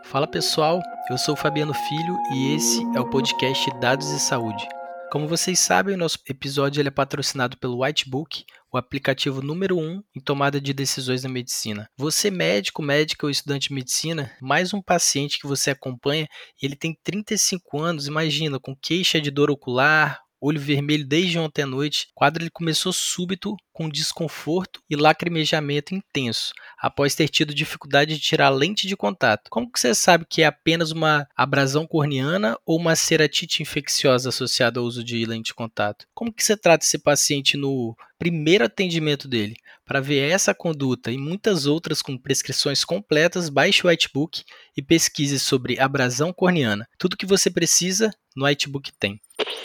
Fala pessoal, eu sou o Fabiano Filho e esse é o podcast Dados e Saúde. Como vocês sabem, o nosso episódio ele é patrocinado pelo Whitebook, o aplicativo número 1 em tomada de decisões na medicina. Você médico, médica ou estudante de medicina, mais um paciente que você acompanha, ele tem 35 anos, imagina, com queixa de dor ocular, olho vermelho desde ontem à noite. O quadro ele começou súbito, com desconforto e lacrimejamento intenso, após ter tido dificuldade de tirar a lente de contato. Como que você sabe que é apenas uma abrasão corneana ou uma ceratite infecciosa associada ao uso de lente de contato? Como que você trata esse paciente no primeiro atendimento dele? Para ver essa conduta e muitas outras com prescrições completas, baixe o Whitebook e pesquise sobre abrasão corneana. Tudo que você precisa no Whitebook tem.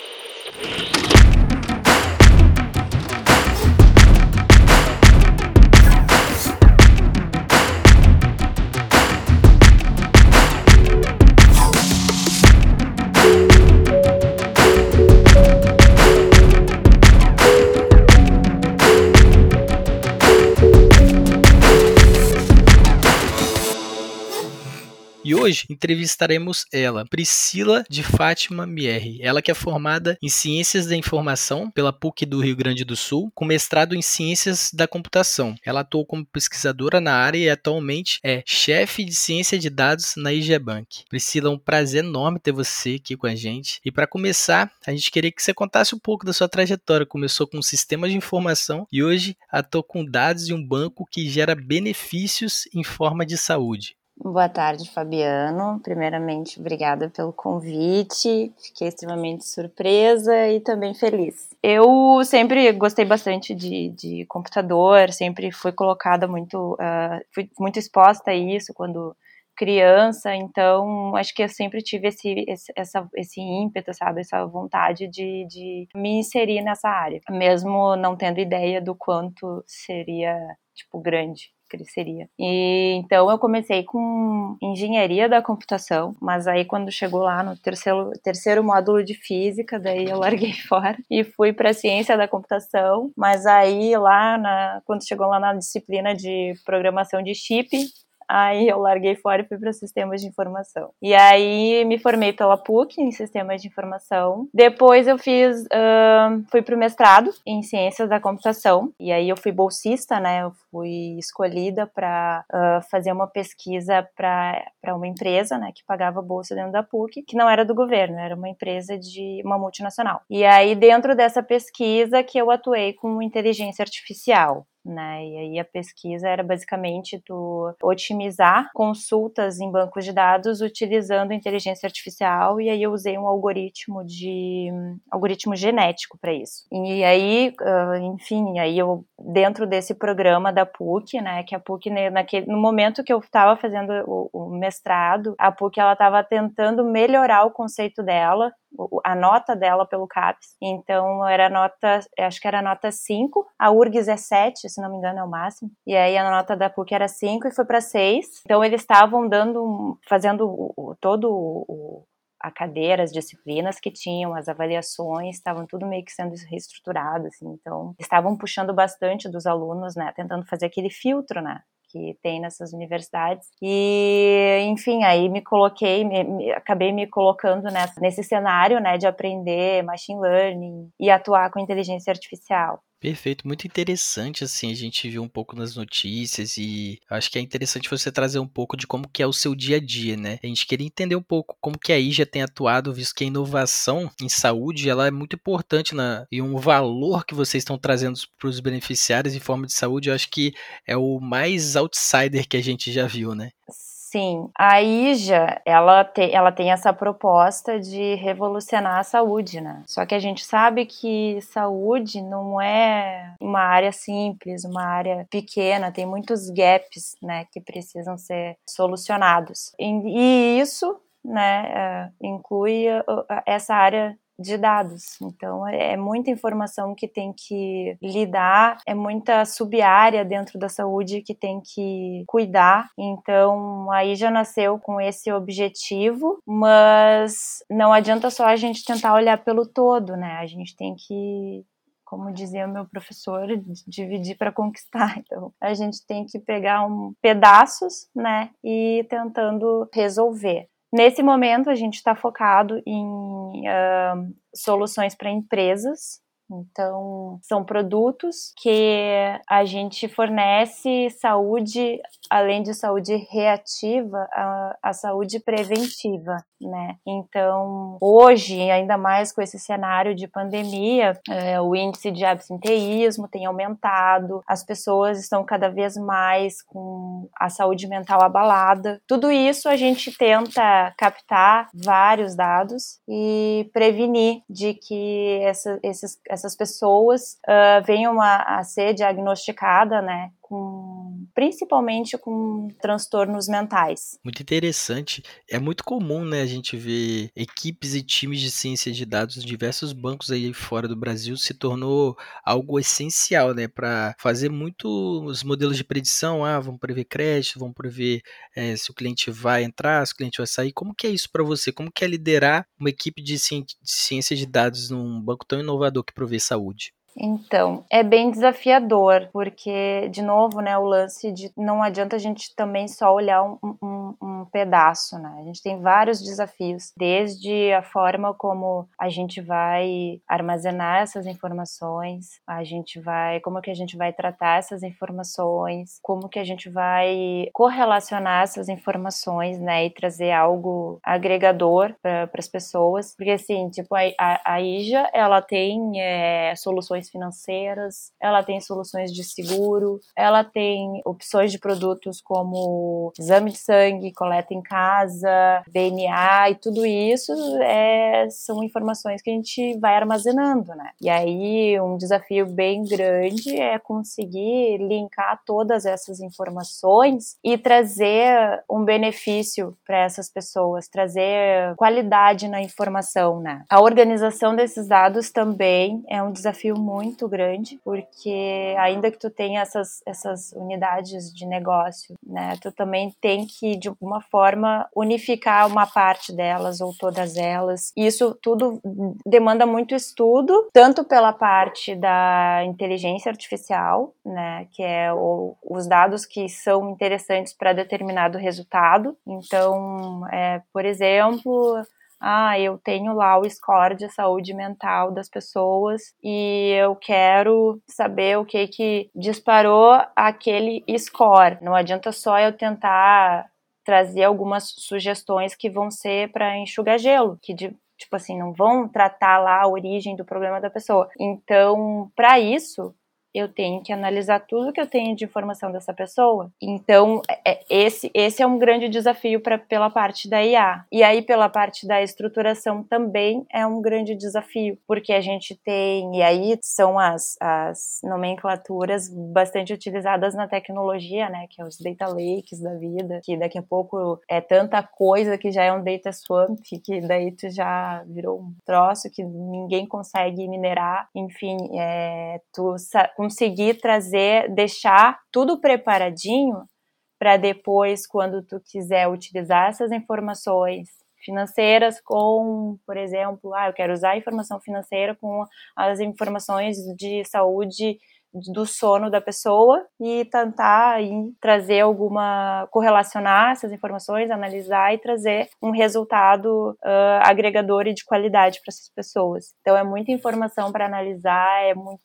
E hoje entrevistaremos ela, Priscila de Fátima Mierre. Ela que é formada em Ciências da Informação pela PUC do Rio Grande do Sul, com mestrado em Ciências da Computação. Ela atuou como pesquisadora na área e atualmente é chefe de Ciência de Dados na IGEBank. Priscila, é um prazer enorme ter você aqui com a gente. E para começar, a gente queria que você contasse um pouco da sua trajetória. Começou com sistemas de informação e hoje atua com dados de um banco que gera benefícios em forma de saúde. Boa tarde, Fabiano. Primeiramente, obrigada pelo convite. Fiquei extremamente surpresa e também feliz. Eu sempre gostei bastante de computador, sempre fui colocada fui muito exposta a isso quando criança, então acho que eu sempre tive esse ímpeto, sabe, essa vontade de me inserir nessa área, mesmo não tendo ideia do quanto seria, grande. Cresceria. E então eu comecei com engenharia da computação, mas aí quando chegou lá no terceiro módulo de física, daí eu larguei fora e fui para ciência da computação, mas aí quando chegou lá na disciplina de programação de chip, aí eu larguei fora e fui para sistemas de informação. E aí me formei pela PUC em sistemas de informação. Depois eu fui para o mestrado em ciências da computação. E aí eu fui bolsista, né? Eu fui escolhida para fazer uma pesquisa para uma empresa, né? Que pagava bolsa dentro da PUC, que não era do governo, era uma empresa de uma multinacional. E aí dentro dessa pesquisa que eu atuei com inteligência artificial. Né? E aí a pesquisa era basicamente otimizar consultas em bancos de dados utilizando inteligência artificial, e aí eu usei um algoritmo genético para isso. E aí, enfim, aí eu dentro desse programa da PUC, né, que a PUC no momento que eu estava fazendo o mestrado, a PUC ela estava tentando melhorar o conceito dela, a nota dela pelo CAPES, então acho que era nota 5, a URGS é 7, se não me engano é o máximo, e aí a nota da PUC era 5 e foi para 6, então eles estavam fazendo a cadeira, as disciplinas que tinham, as avaliações, estavam tudo meio que sendo reestruturado, assim, então estavam puxando bastante dos alunos, né, tentando fazer aquele filtro, né, que tem nessas universidades. E, enfim, aí acabei me colocando nesse cenário, né, de aprender machine learning e atuar com inteligência artificial. Perfeito, muito interessante, assim, a gente viu um pouco nas notícias e acho que é interessante você trazer um pouco de como que é o seu dia a dia, né? A gente queria entender um pouco como que a IJA tem atuado, visto que a inovação em saúde, ela é muito importante e um valor que vocês estão trazendo para os beneficiários em forma de saúde, eu acho que é o mais outsider que a gente já viu, né? Sim, a IJA, ela tem essa proposta de revolucionar a saúde, né? Só que a gente sabe que saúde não é uma área simples, uma área pequena, tem muitos gaps, né, que precisam ser solucionados. E isso, né, inclui essa área de dados. Então, é muita informação que tem que lidar, é muita sub-área dentro da saúde que tem que cuidar. Então, aí já nasceu com esse objetivo, mas não adianta só a gente tentar olhar pelo todo, né? A gente tem que como dizia o meu professor, dividir para conquistar. Então, a gente tem que pegar pedaços, né, e ir tentando resolver. Nesse momento, a gente está focado em soluções para empresas. Então, são produtos que a gente fornece saúde, além de saúde reativa, a saúde preventiva, né? Então, hoje, ainda mais com esse cenário de pandemia, o índice de absenteísmo tem aumentado, as pessoas estão cada vez mais com a saúde mental abalada. Tudo isso a gente tenta captar vários dados e prevenir de que essas pessoas venham a ser diagnosticadas, né, principalmente com transtornos mentais. Muito interessante. É muito comum, né, a gente ver equipes e times de ciência de dados em diversos bancos aí fora do Brasil se tornou algo essencial, né, para fazer muitos modelos de predição. Vamos prever crédito, vamos prever se o cliente vai entrar, se o cliente vai sair. Como que é isso para você? Como que é liderar uma equipe de ciência de dados num banco tão inovador que provê saúde? Então, é bem desafiador, porque, de novo, né, o lance de não adianta a gente também só olhar um pedaço, né? A gente tem vários desafios, desde a forma como a gente vai armazenar essas informações, como que a gente vai tratar essas informações, como que a gente vai correlacionar essas informações, né, e trazer algo agregador para as pessoas, porque assim, tipo, a IJA, ela tem soluções financeiras, ela tem soluções de seguro, ela tem opções de produtos como exame de sangue, coleta em casa, DNA, e tudo isso são informações que a gente vai armazenando, né? E aí um desafio bem grande é conseguir linkar todas essas informações e trazer um benefício para essas pessoas, trazer qualidade na informação, né? A organização desses dados também é um desafio muito grande, porque ainda que tu tenha essas unidades de negócio, né, tu também tem que, de alguma forma, unificar uma parte delas ou todas elas. E isso tudo demanda muito estudo, tanto pela parte da inteligência artificial, né, que é os dados que são interessantes para determinado resultado. Então, por exemplo, eu tenho lá o score de saúde mental das pessoas e eu quero saber o que disparou aquele score. Não adianta só eu tentar trazer algumas sugestões que vão ser para enxugar gelo, que tipo assim, não vão tratar lá a origem do problema da pessoa. Então, para isso, eu tenho que analisar tudo que eu tenho de informação dessa pessoa. Então, esse é um grande desafio pela parte da IA. E aí, pela parte da estruturação também é um grande desafio, porque a gente tem, e aí são as nomenclaturas bastante utilizadas na tecnologia, né, que é os data lakes da vida, que daqui a pouco é tanta coisa que já é um data swamp, que daí tu já virou um troço que ninguém consegue minerar. Enfim, tu conseguir trazer, deixar tudo preparadinho para depois, quando tu quiser utilizar essas informações financeiras por exemplo, eu quero usar a informação financeira com as informações de saúde do sono da pessoa e tentar aí correlacionar essas informações, analisar e trazer um resultado agregador e de qualidade para essas pessoas. Então é muita informação para analisar,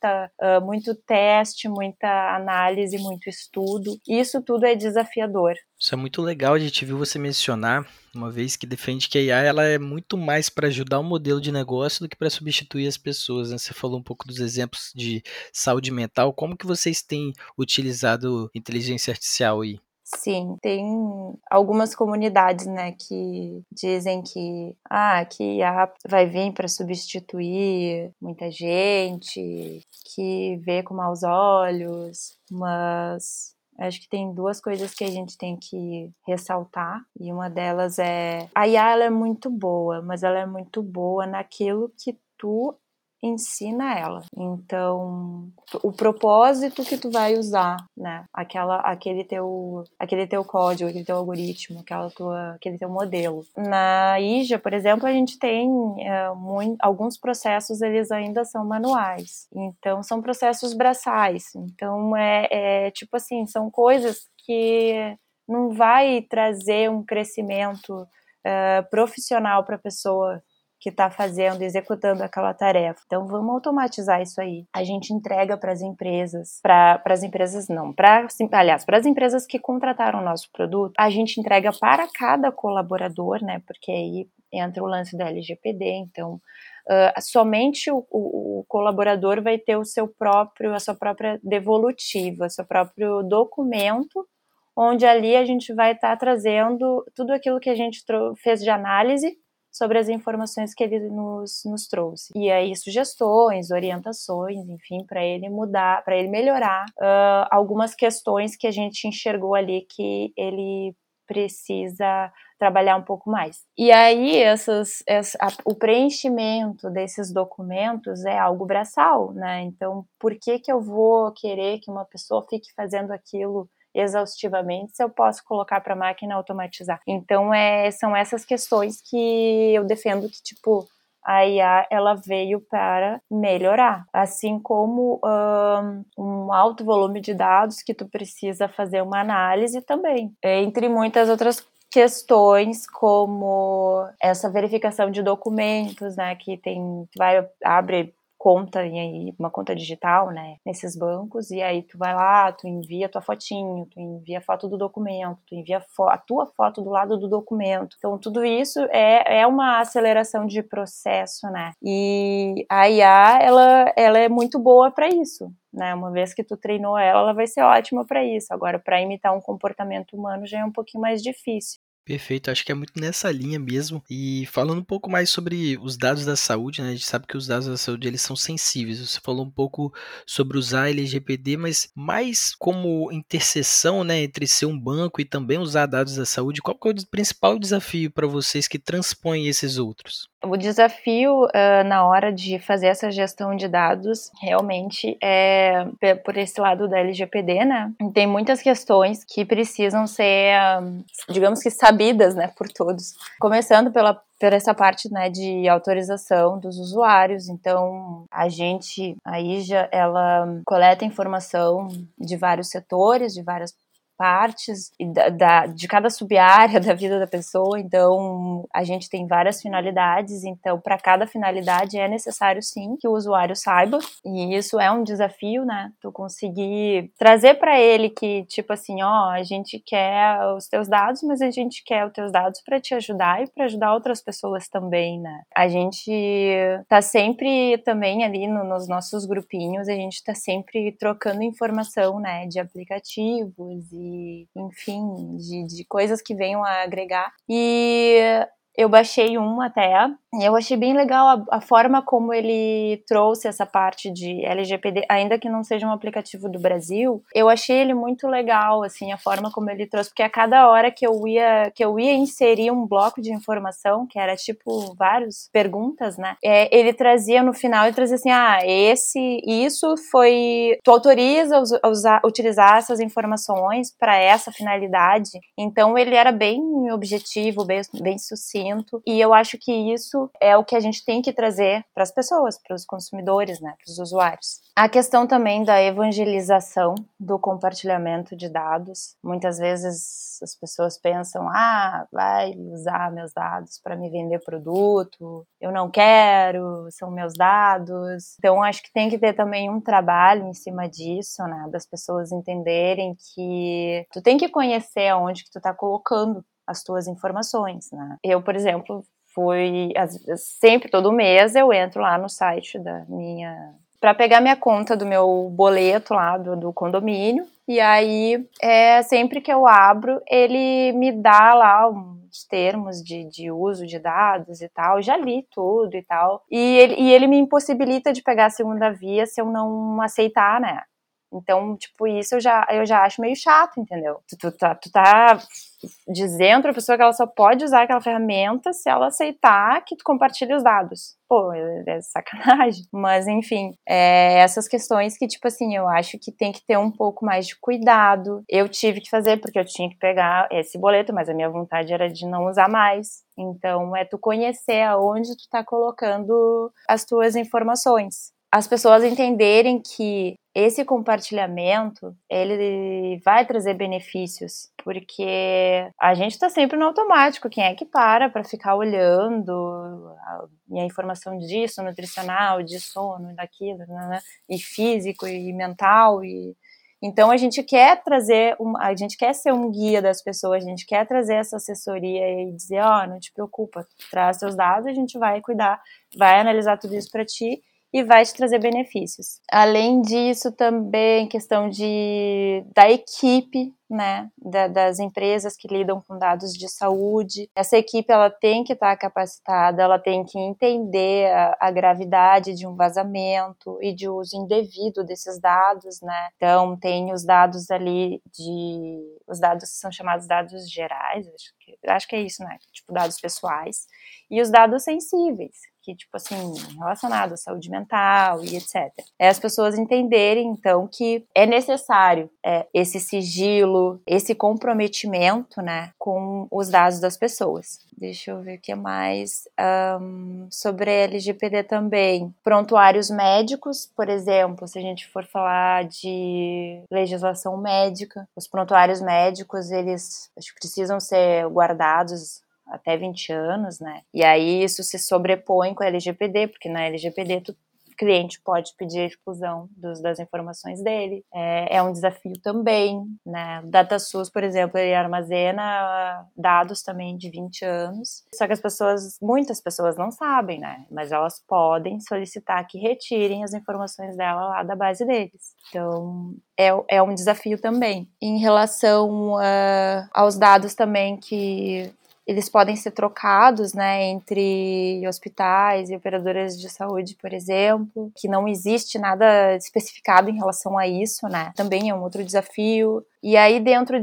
muito teste, muita análise, muito estudo. Isso tudo é desafiador. Isso é muito legal, a gente viu você mencionar uma vez que defende que a IA ela é muito mais para ajudar o modelo de negócio do que para substituir as pessoas, né? Você falou um pouco dos exemplos de saúde mental. Como que vocês têm utilizado inteligência artificial aí? Sim, tem algumas comunidades, né, que dizem que IA vai vir para substituir muita gente, que vê com maus olhos, mas acho que tem duas coisas que a gente tem que ressaltar, e uma delas a IA ela é muito boa, mas ela é muito boa naquilo que tu ensina ela. Então, o propósito que tu vai usar, né? Aquele teu código, aquele teu algoritmo, aquele teu modelo. Na IJA, por exemplo, a gente tem alguns processos, eles ainda são manuais. Então, são processos braçais. Então, tipo assim, são coisas que não vai trazer um crescimento profissional para a pessoa que está executando aquela tarefa. Então, vamos automatizar isso aí. A gente entrega para as empresas, para as empresas não, para as empresas que contrataram o nosso produto, a gente entrega para cada colaborador, né? Porque aí entra o lance da LGPD, então somente o colaborador vai ter a sua própria devolutiva, seu próprio documento, onde ali a gente vai estar trazendo tudo aquilo que a gente fez de análise sobre as informações que ele nos trouxe. E aí sugestões, orientações, enfim, para ele mudar, para ele melhorar algumas questões que a gente enxergou ali que ele precisa trabalhar um pouco mais. E aí o preenchimento desses documentos é algo braçal, né? Então, por que eu vou querer que uma pessoa fique fazendo aquilo exaustivamente se eu posso colocar para a máquina automatizar? Então, são essas questões que eu defendo que, tipo, a IA, ela veio para melhorar, assim como um alto volume de dados que tu precisa fazer uma análise também, entre muitas outras questões, como essa verificação de documentos, né, que abre conta, e aí uma conta digital, né, nesses bancos, e aí tu vai lá, tu envia tua fotinho, tu envia a foto do documento, tu envia a tua foto do lado do documento. Então, tudo isso é uma aceleração de processo, né, e a IA, ela é muito boa para isso, né, uma vez que tu treinou ela vai ser ótima para isso. Agora, para imitar um comportamento humano já é um pouquinho mais difícil. Perfeito, acho que é muito nessa linha mesmo. E falando um pouco mais sobre os dados da saúde, né? A gente sabe que os dados da saúde eles são sensíveis. Você falou um pouco sobre usar LGPD, mas mais como interseção, né, entre ser um banco e também usar dados da saúde. Qual que é o principal desafio para vocês que transpõem esses outros? O desafio na hora de fazer essa gestão de dados realmente é por esse lado da LGPD, né? Tem muitas questões que precisam ser, digamos que, sabidas, né, por todos. Começando por essa parte, né, de autorização dos usuários. Então, a IJA, ela coleta informação de vários setores, de várias partes de cada sub-área da vida da pessoa. Então, a gente tem várias finalidades, então, para cada finalidade é necessário, sim, que o usuário saiba, e isso é um desafio, né, tu conseguir trazer para ele que, tipo assim, ó, a gente quer os teus dados, mas a gente quer os teus dados para te ajudar e para ajudar outras pessoas também, né. A gente tá sempre também ali nos nossos grupinhos, a gente tá sempre trocando informação, né, de aplicativos e, enfim, de coisas que venham a agregar. E eu baixei um até, e eu achei bem legal a forma como ele trouxe essa parte de LGPD, ainda que não seja um aplicativo do Brasil, eu achei ele muito legal, assim, a forma como ele trouxe, porque a cada hora que eu ia inserir um bloco de informação, que era tipo várias perguntas, né, ele trazia no final, ele trazia assim, isso foi, tu autoriza utilizar essas informações para essa finalidade. Então ele era bem objetivo, bem sucinto, e eu acho que isso é o que a gente tem que trazer para as pessoas, para os consumidores, né, para os usuários. A questão também da evangelização do compartilhamento de dados. Muitas vezes as pessoas pensam, vai usar meus dados para me vender produto, eu não quero, são meus dados. Então acho que tem que ter também um trabalho em cima disso, né, das pessoas entenderem que tu tem que conhecer aonde que tu tá colocando as tuas informações, né. Eu, por exemplo, sempre, todo mês, eu entro lá no site para pegar minha conta do meu boleto lá do condomínio, e aí, sempre que eu abro, ele me dá lá uns termos de uso de dados e tal, já li tudo e tal, e ele me impossibilita de pegar a segunda via se eu não aceitar, né. Então, tipo, isso eu já acho meio chato, entendeu? Tu tá dizendo pra pessoa que ela só pode usar aquela ferramenta se ela aceitar que tu compartilhe os dados. Pô, é sacanagem. Mas, enfim, essas questões que, tipo assim, eu acho que tem que ter um pouco mais de cuidado. Eu tive que fazer porque eu tinha que pegar esse boleto, mas a minha vontade era de não usar mais. Então, é tu conhecer aonde tu tá colocando as tuas informações. As pessoas entenderem que esse compartilhamento, ele vai trazer benefícios, porque a gente tá sempre no automático. Quem é que para ficar olhando a minha informação disso, nutricional, de sono, daquilo, né? E físico, e mental, e... Então a gente quer trazer, a gente quer ser um guia das pessoas, a gente quer trazer essa assessoria e dizer, não te preocupa, traz seus dados, a gente vai cuidar, vai analisar tudo isso para ti e vai te trazer benefícios. Além disso, também questão da equipe, né, das empresas que lidam com dados de saúde. Essa equipe, ela tem que estar capacitada, ela tem que entender a gravidade de um vazamento e de uso indevido desses dados, né. Então, tem os dados ali os dados que são chamados dados gerais, acho que é isso, né, tipo dados pessoais, e os dados sensíveis, que, tipo assim, relacionado à saúde mental e etc. É as pessoas entenderem, então, que é necessário esse sigilo, esse comprometimento, né, com os dados das pessoas. Deixa eu ver o que mais. Sobre a LGPD também. Prontuários médicos, por exemplo, se a gente for falar de legislação médica, os prontuários médicos, eles acho que precisam ser guardados até 20 anos, né? E aí isso se sobrepõe com a LGPD, porque na LGPD o cliente pode pedir a exclusão das informações dele. É um desafio também, né? O DataSUS, por exemplo, ele armazena dados também de 20 anos. Só que muitas pessoas não sabem, né? Mas elas podem solicitar que retirem as informações dela lá da base deles. Então, é um desafio também. Em relação aos dados também que eles podem ser trocados, né, entre hospitais e operadoras de saúde, por exemplo, que não existe nada especificado em relação a isso, né, também é um outro desafio. E aí dentro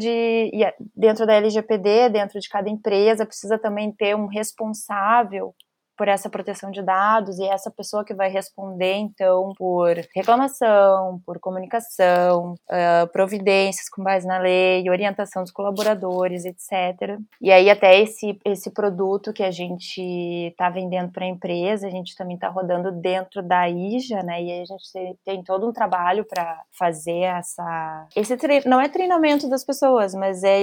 da LGPD, dentro de cada empresa, precisa também ter um responsável por essa proteção de dados, e essa pessoa que vai responder, então, por reclamação, por comunicação, providências com base na lei, orientação dos colaboradores, etc. E aí até esse produto que a gente está vendendo para a empresa, a gente também está rodando dentro da IJA, né? E aí a gente tem todo um trabalho para fazer não é treinamento das pessoas, mas é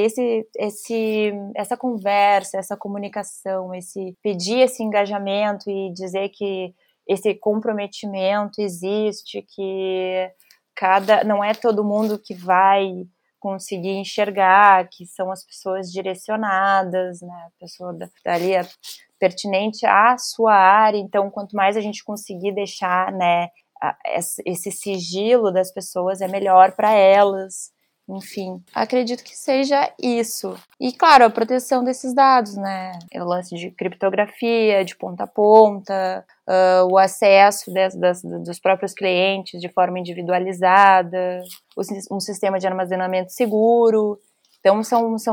essa conversa, essa comunicação, pedir esse engajamento e dizer que esse comprometimento existe, que não é todo mundo que vai conseguir enxergar, que são as pessoas direcionadas, né, a pessoa ali pertinente à sua área. Então, quanto mais a gente conseguir deixar, né, esse sigilo das pessoas, é melhor para elas. Enfim, acredito que seja isso. E, claro, a proteção desses dados, né? O lance de criptografia, de ponta a ponta, o acesso dos próprios clientes de forma individualizada, um sistema de armazenamento seguro. Então, são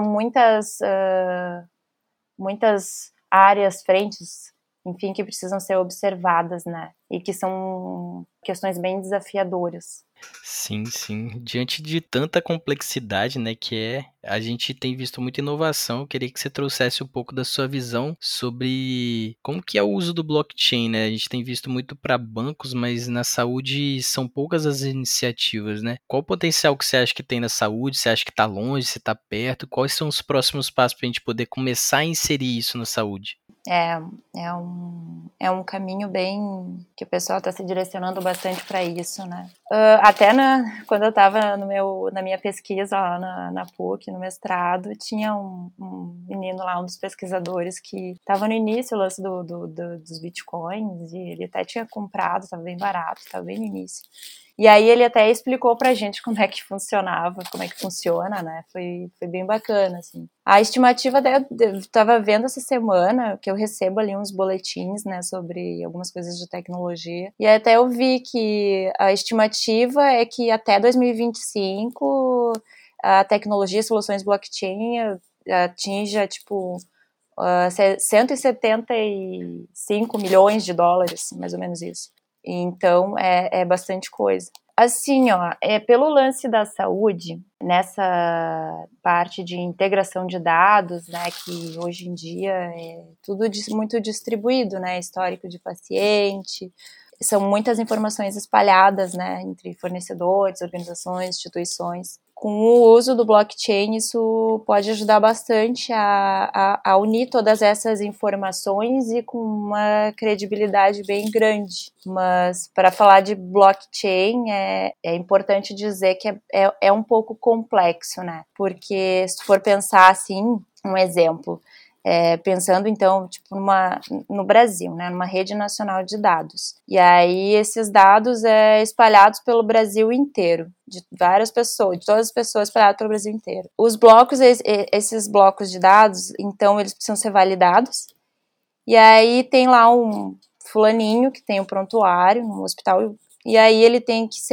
muitas áreas, frentes, enfim, que precisam ser observadas, né? E que são questões bem desafiadoras. Sim, sim. Diante de tanta complexidade, né, a gente tem visto muita inovação. Eu queria que você trouxesse um pouco da sua visão sobre como que é o uso do blockchain, né? A gente tem visto muito para bancos, mas na saúde são poucas as iniciativas, né? Qual o potencial que você acha que tem na saúde? Você acha que está longe, se está perto? Quais são os próximos passos para a gente poder começar a inserir isso na saúde? É um caminho bem que o pessoal está se direcionando bastante para isso, né? Até quando eu estava na minha pesquisa lá na PUC, no mestrado, tinha um menino lá, um dos pesquisadores que estava no início lance dos bitcoins, e ele até tinha comprado, estava bem barato, estava bem no início. E aí ele até explicou pra gente como é que funcionava, como é que funciona, né? Foi bem bacana, assim. A estimativa, eu estava vendo essa semana, que eu recebo ali uns boletins, né, sobre algumas coisas de tecnologia, e até eu vi que a estimativa é que até 2025 a tecnologia e soluções blockchain atinja, tipo, 175 milhões de dólares, mais ou menos isso. Então, é bastante coisa. Assim, ó, pelo lance da saúde, nessa parte de integração de dados, né, que hoje em dia é tudo muito distribuído, né, histórico de paciente, são muitas informações espalhadas, né, entre fornecedores, organizações, instituições. Com o uso do blockchain, isso pode ajudar bastante a unir todas essas informações e com uma credibilidade bem grande. Mas para falar de blockchain, é importante dizer que é um pouco complexo, né? Porque se for pensar assim, um exemplo, pensando então tipo no Brasil, né, numa rede nacional de dados, e aí esses dados espalhados pelo Brasil inteiro, de várias pessoas, de todas as pessoas espalhadas pelo Brasil inteiro. Os blocos, esses blocos de dados, então eles precisam ser validados, e aí tem lá um fulaninho que tem um prontuário no hospital, e aí ele tem que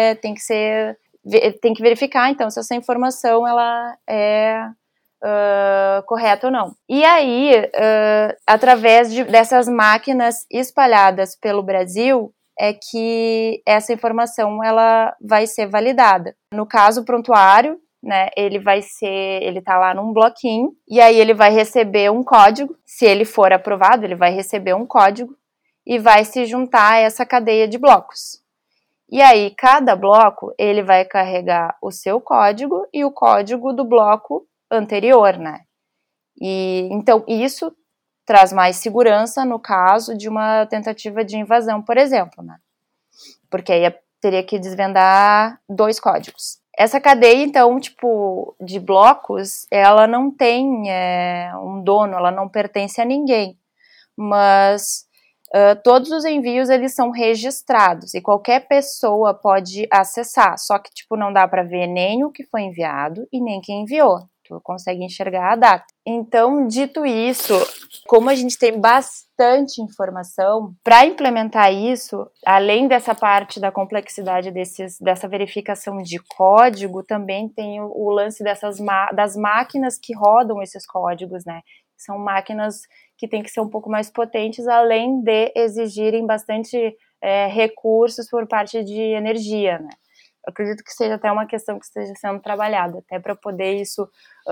verificar então se essa informação ela é correto ou não. E aí, através dessas máquinas espalhadas pelo Brasil, é que essa informação ela vai ser validada. No caso, o prontuário, né, ele tá lá num bloquinho, e aí ele vai receber um código. Se ele for aprovado, ele vai receber um código e vai se juntar a essa cadeia de blocos. E aí, cada bloco, ele vai carregar o seu código e o código do bloco anterior, né? E então isso traz mais segurança no caso de uma tentativa de invasão, por exemplo, né? Porque aí teria que desvendar 2 códigos. Essa cadeia, então, tipo, de blocos, ela não tem um dono, ela não pertence a ninguém, mas todos os envios, eles são registrados e qualquer pessoa pode acessar, só que, tipo, não dá para ver nem o que foi enviado e nem quem enviou. Tu consegue enxergar a data. Então, dito isso, como a gente tem bastante informação, para implementar isso, além dessa parte da complexidade dessa verificação de código, também tem o lance das máquinas que rodam esses códigos, né? São máquinas que têm que ser um pouco mais potentes, além de exigirem bastante recursos por parte de energia, né? Eu acredito que seja até uma questão que esteja sendo trabalhada, até para poder isso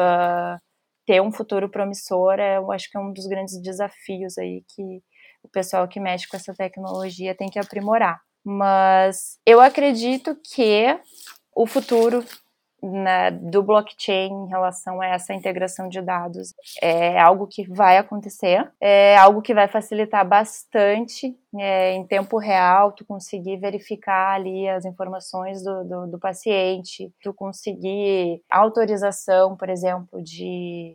ter um futuro promissor, eu acho que é um dos grandes desafios aí que o pessoal que mexe com essa tecnologia tem que aprimorar. Mas eu acredito que o futuro do blockchain em relação a essa integração de dados é algo que vai acontecer, é algo que vai facilitar bastante em tempo real, tu conseguir verificar ali as informações do paciente, tu conseguir autorização, por exemplo, de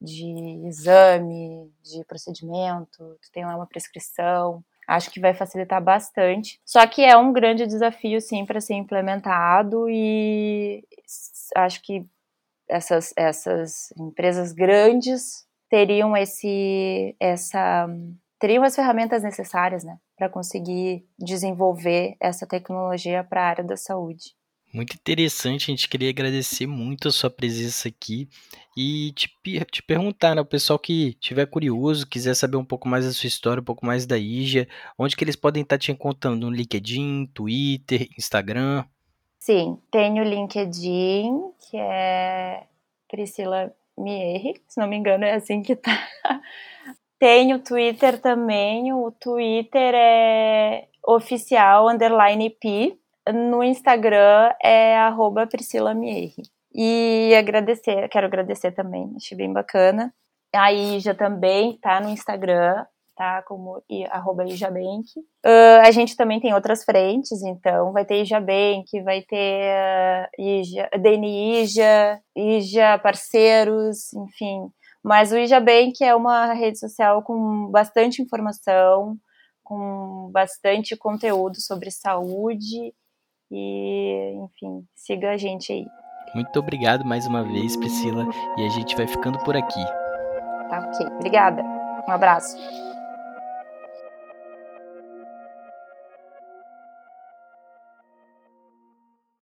exame, de procedimento, tu tem lá uma prescrição. Acho que vai facilitar bastante. Só que é um grande desafio, sim, para ser implementado, e acho que essas empresas grandes teriam teriam as ferramentas necessárias, né, para conseguir desenvolver essa tecnologia para a área da saúde. Muito interessante, a gente queria agradecer muito a sua presença aqui e te perguntar, né, o pessoal que tiver curioso, quiser saber um pouco mais da sua história, um pouco mais da IJA, onde que eles podem estar te encontrando? No LinkedIn, Twitter, Instagram? Sim, tenho o LinkedIn, que é Priscila Mierri, se não me engano é assim que tá. Tenho o Twitter também, o Twitter é oficial_P. No Instagram é @PriscilaMierri. E quero agradecer também, achei bem bacana. A Ija também tá no Instagram, tá? Como @ijabank. A gente também tem outras frentes, então vai ter Ijabank, vai ter DN Ija Parceiros, enfim. Mas o Ijabank é uma rede social com bastante informação, com bastante conteúdo sobre saúde E, enfim, siga a gente aí. Muito obrigado mais uma vez, Priscila, e a gente vai ficando por aqui. Tá ok. Obrigada. Um abraço.